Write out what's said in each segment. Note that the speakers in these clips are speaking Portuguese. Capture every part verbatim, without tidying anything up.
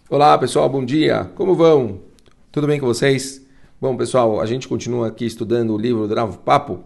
Olá pessoal, bom dia, como vão? Tudo bem com vocês? Bom pessoal, a gente continua aqui estudando o livro do Rav Papo,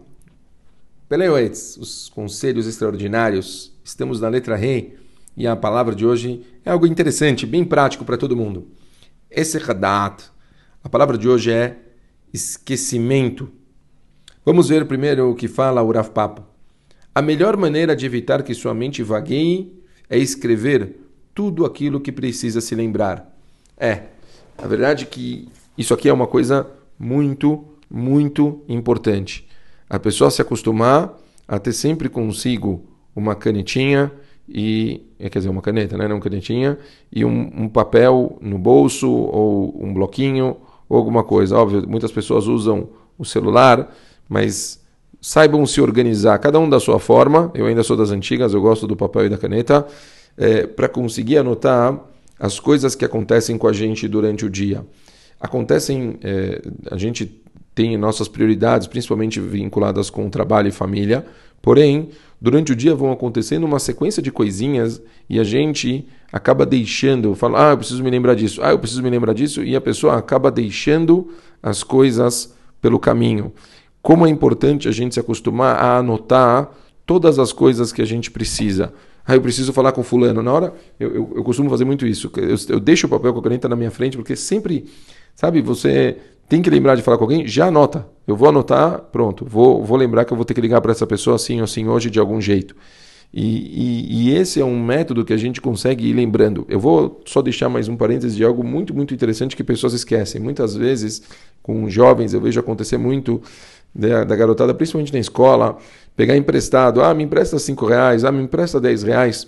Peleoetz, os conselhos extraordinários. Estamos na letra Rei e a palavra de hoje é algo interessante, bem prático para todo mundo. Esse Hadat, a palavra de hoje é esquecimento. Vamos ver primeiro o que fala o Rav Papo. A melhor maneira de evitar que sua mente vagueie é escrever tudo aquilo que precisa se lembrar. É, a verdade é que isso aqui é uma coisa muito, muito importante. A pessoa se acostumar a ter sempre consigo uma canetinha e, quer dizer, uma caneta, né? Não canetinha, e um, um papel no bolso ou um bloquinho ou alguma coisa. Óbvio, muitas pessoas usam o celular, mas saibam se organizar, cada um da sua forma. Eu ainda sou das antigas, eu gosto do papel e da caneta, é, para conseguir anotar as coisas que acontecem com a gente durante o dia. Acontecem, é, a gente tem nossas prioridades, principalmente vinculadas com o trabalho e família, porém, durante o dia vão acontecendo uma sequência de coisinhas e a gente acaba deixando, fala, ah, eu preciso me lembrar disso, ah, eu preciso me lembrar disso, e a pessoa acaba deixando as coisas pelo caminho. Como é importante a gente se acostumar a anotar todas as coisas que a gente precisa. Ah, eu preciso falar com fulano. Na hora, eu, eu, eu costumo fazer muito isso. Eu, eu deixo o papel com a caneta na minha frente, porque sempre, sabe, você tem que lembrar de falar com alguém, já anota. Eu vou anotar, pronto. Vou, vou lembrar que eu vou ter que ligar para essa pessoa assim ou assim hoje de algum jeito. E, e, e esse é um método que a gente consegue ir lembrando. Eu vou só deixar mais um parênteses de algo muito, muito interessante que pessoas esquecem. Muitas vezes, com jovens, eu vejo acontecer muito da, da garotada, principalmente na escola, pegar emprestado. Ah, me empresta cinco reais, ah, me empresta dez reais,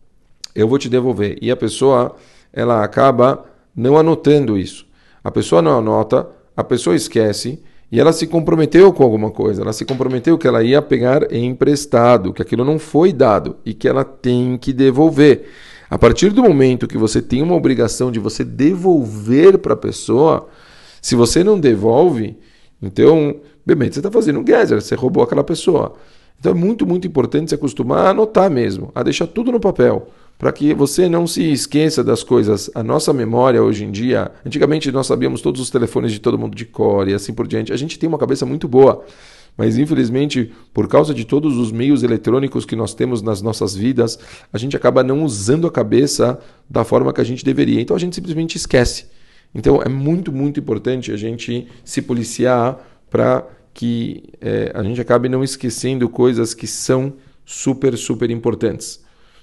eu vou te devolver. E a pessoa, ela acaba não anotando isso. A pessoa não anota, a pessoa esquece, e ela se comprometeu com alguma coisa, ela se comprometeu que ela ia pegar emprestado, que aquilo não foi dado e que ela tem que devolver. A partir do momento que você tem uma obrigação de você devolver para a pessoa, se você não devolve, então, bem, você está fazendo um geyser, você roubou aquela pessoa. Então é muito, muito importante se acostumar a anotar mesmo, a deixar tudo no papel, para que você não se esqueça das coisas. A nossa memória hoje em dia, antigamente nós sabíamos todos os telefones de todo mundo de cor e assim por diante. A gente tem uma cabeça muito boa, mas infelizmente, por causa de todos os meios eletrônicos que nós temos nas nossas vidas, a gente acaba não usando a cabeça da forma que a gente deveria. Então a gente simplesmente esquece. Então é muito, muito importante a gente se policiar para que é, a gente acabe não esquecendo coisas que são super, super importantes.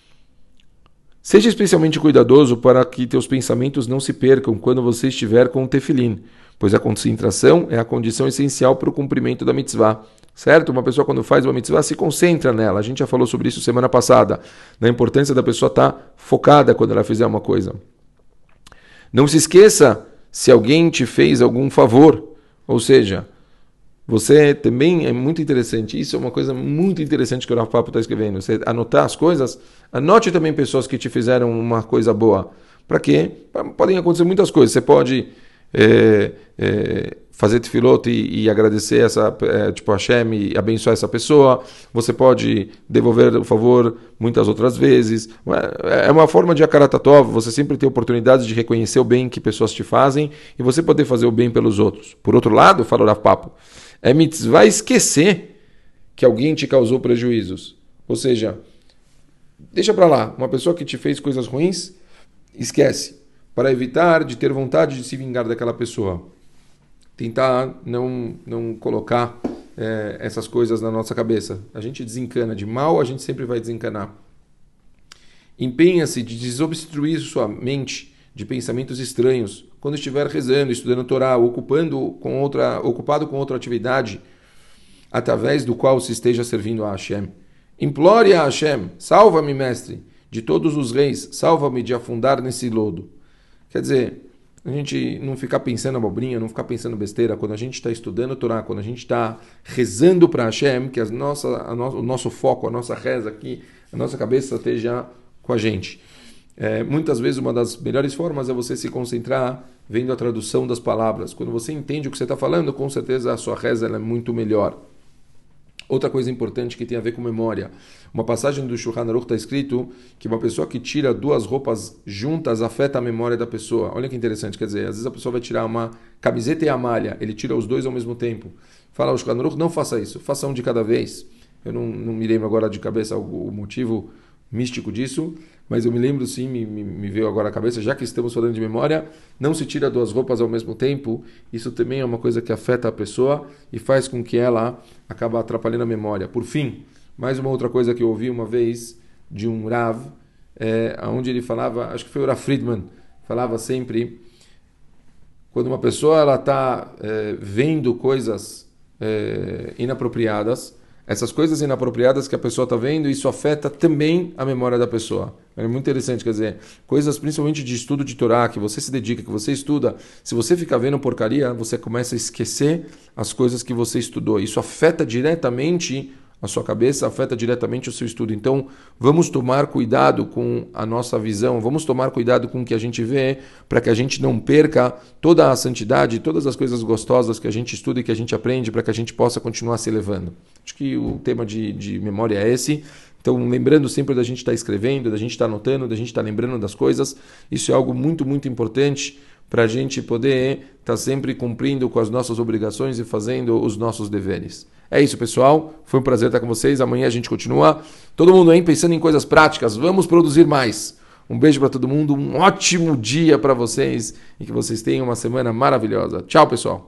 Seja especialmente cuidadoso para que teus pensamentos não se percam quando você estiver com o tefilim, pois a concentração é a condição essencial para o cumprimento da mitzvah. Certo? Uma pessoa quando faz uma mitzvah se concentra nela. A gente já falou sobre isso semana passada, na importância da pessoa estar focada quando ela fizer uma coisa. Não se esqueça se alguém te fez algum favor, ou seja, você também é muito interessante. Isso é uma coisa muito interessante que o Rav Papo está escrevendo. Você anotar as coisas, anote também pessoas que te fizeram uma coisa boa. Para quê? Podem acontecer muitas coisas. Você pode é, é, fazer tefilot e, e agradecer essa, é, tipo Hashem e abençoar essa pessoa. Você pode devolver o favor muitas outras vezes. É uma forma de akaratatov. Você sempre tem oportunidades de reconhecer o bem que pessoas te fazem e você poder fazer o bem pelos outros. Por outro lado, fala o Rav Papo, é mitzvah esquecer que alguém te causou prejuízos. Ou seja, deixa para lá. Uma pessoa que te fez coisas ruins, esquece. Para evitar de ter vontade de se vingar daquela pessoa. Tentar não, não colocar é, essas coisas na nossa cabeça. A gente desencana. De mal, a gente sempre vai desencanar. Empenha-se de desobstruir sua mente de pensamentos estranhos quando estiver rezando, estudando Torá, ocupando com outra, ocupado com outra atividade, através do qual se esteja servindo a Hashem. Implore a Hashem, salva-me, mestre, de todos os reis, salva-me de afundar nesse lodo. Quer dizer, a gente não ficar pensando abobrinha, não ficar pensando besteira, quando a gente está estudando Torá, quando a gente está rezando para Hashem, que a nossa, a no, o nosso foco, a nossa reza aqui, a nossa cabeça esteja com a gente. É, muitas vezes uma das melhores formas é você se concentrar vendo a tradução das palavras. Quando você entende o que você está falando, com certeza a sua reza ela é muito melhor. Outra coisa importante que tem a ver com memória. Uma passagem do Shulchan Aruch está escrito que uma pessoa que tira duas roupas juntas afeta a memória da pessoa. Olha que interessante, quer dizer, às vezes a pessoa vai tirar uma camiseta e a malha, ele tira os dois ao mesmo tempo. Fala o Shulchan Aruch, não faça isso, faça um de cada vez. Eu não, não me lembro agora de cabeça o, o motivo místico disso, mas eu me lembro sim, me, me, me veio agora à cabeça, já que estamos falando de memória, não se tira duas roupas ao mesmo tempo, isso também é uma coisa que afeta a pessoa e faz com que ela acabe atrapalhando a memória. Por fim, mais uma outra coisa que eu ouvi uma vez de um Rav, é, onde ele falava, acho que foi o Rav Friedman, falava sempre, quando uma pessoa está é, vendo coisas é, inapropriadas, essas coisas inapropriadas que a pessoa está vendo, isso afeta também a memória da pessoa. É muito interessante, quer dizer, coisas principalmente de estudo de Torá, que você se dedica, que você estuda, se você ficar vendo porcaria, você começa a esquecer as coisas que você estudou. Isso afeta diretamente a sua cabeça, afeta diretamente o seu estudo. Então, vamos tomar cuidado com a nossa visão, vamos tomar cuidado com o que a gente vê, para que a gente não perca toda a santidade, todas as coisas gostosas que a gente estuda e que a gente aprende, para que a gente possa continuar se elevando. Acho que o tema de, de memória é esse. Então, lembrando sempre da gente estar escrevendo, da gente estar anotando, da gente estar lembrando das coisas. Isso é algo muito, muito importante para a gente poder estar sempre cumprindo com as nossas obrigações e fazendo os nossos deveres. É isso, pessoal. Foi um prazer estar com vocês. Amanhã a gente continua. Todo mundo aí pensando em coisas práticas. Vamos produzir mais. Um beijo para todo mundo. Um ótimo dia para vocês e que vocês tenham uma semana maravilhosa. Tchau, pessoal.